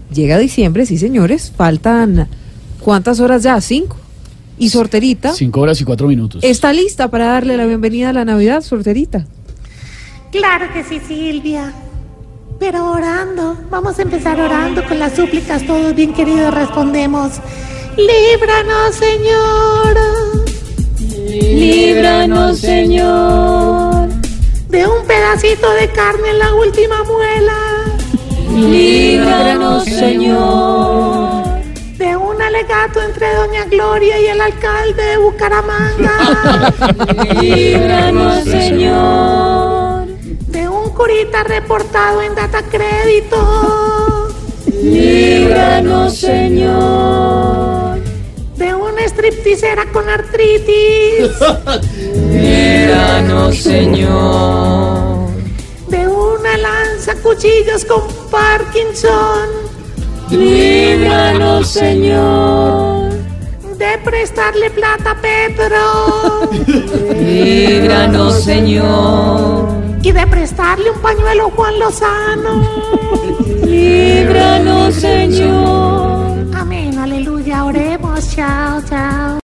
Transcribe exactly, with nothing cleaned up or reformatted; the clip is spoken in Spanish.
Llega diciembre, sí señores, faltan ¿cuántas horas ya? ¿Cinco? Y Sorterita. Cinco horas y cuatro minutos. ¿Está lista para darle la bienvenida a la Navidad, Sorterita? Claro que sí, Silvia. Pero orando, vamos a empezar orando con las súplicas, todos bien queridos respondemos. Líbranos, Señor. Líbranos, Señor. De un pedacito de carne en la última muela. Líbranos, Señor. De un alegato entre Doña Gloria y el alcalde de Bucaramanga. Líbranos, Señor. De un curita reportado en data crédito. Líbranos, Señor. De una stripteasera con artritis. Líbranos, Señor. De una lanza cuchillos con Parkinson. Líbranos, Señor. De prestarle plata a Petro. Líbranos, Señor. Y de prestarle un pañuelo a Juan Lozano. Líbranos.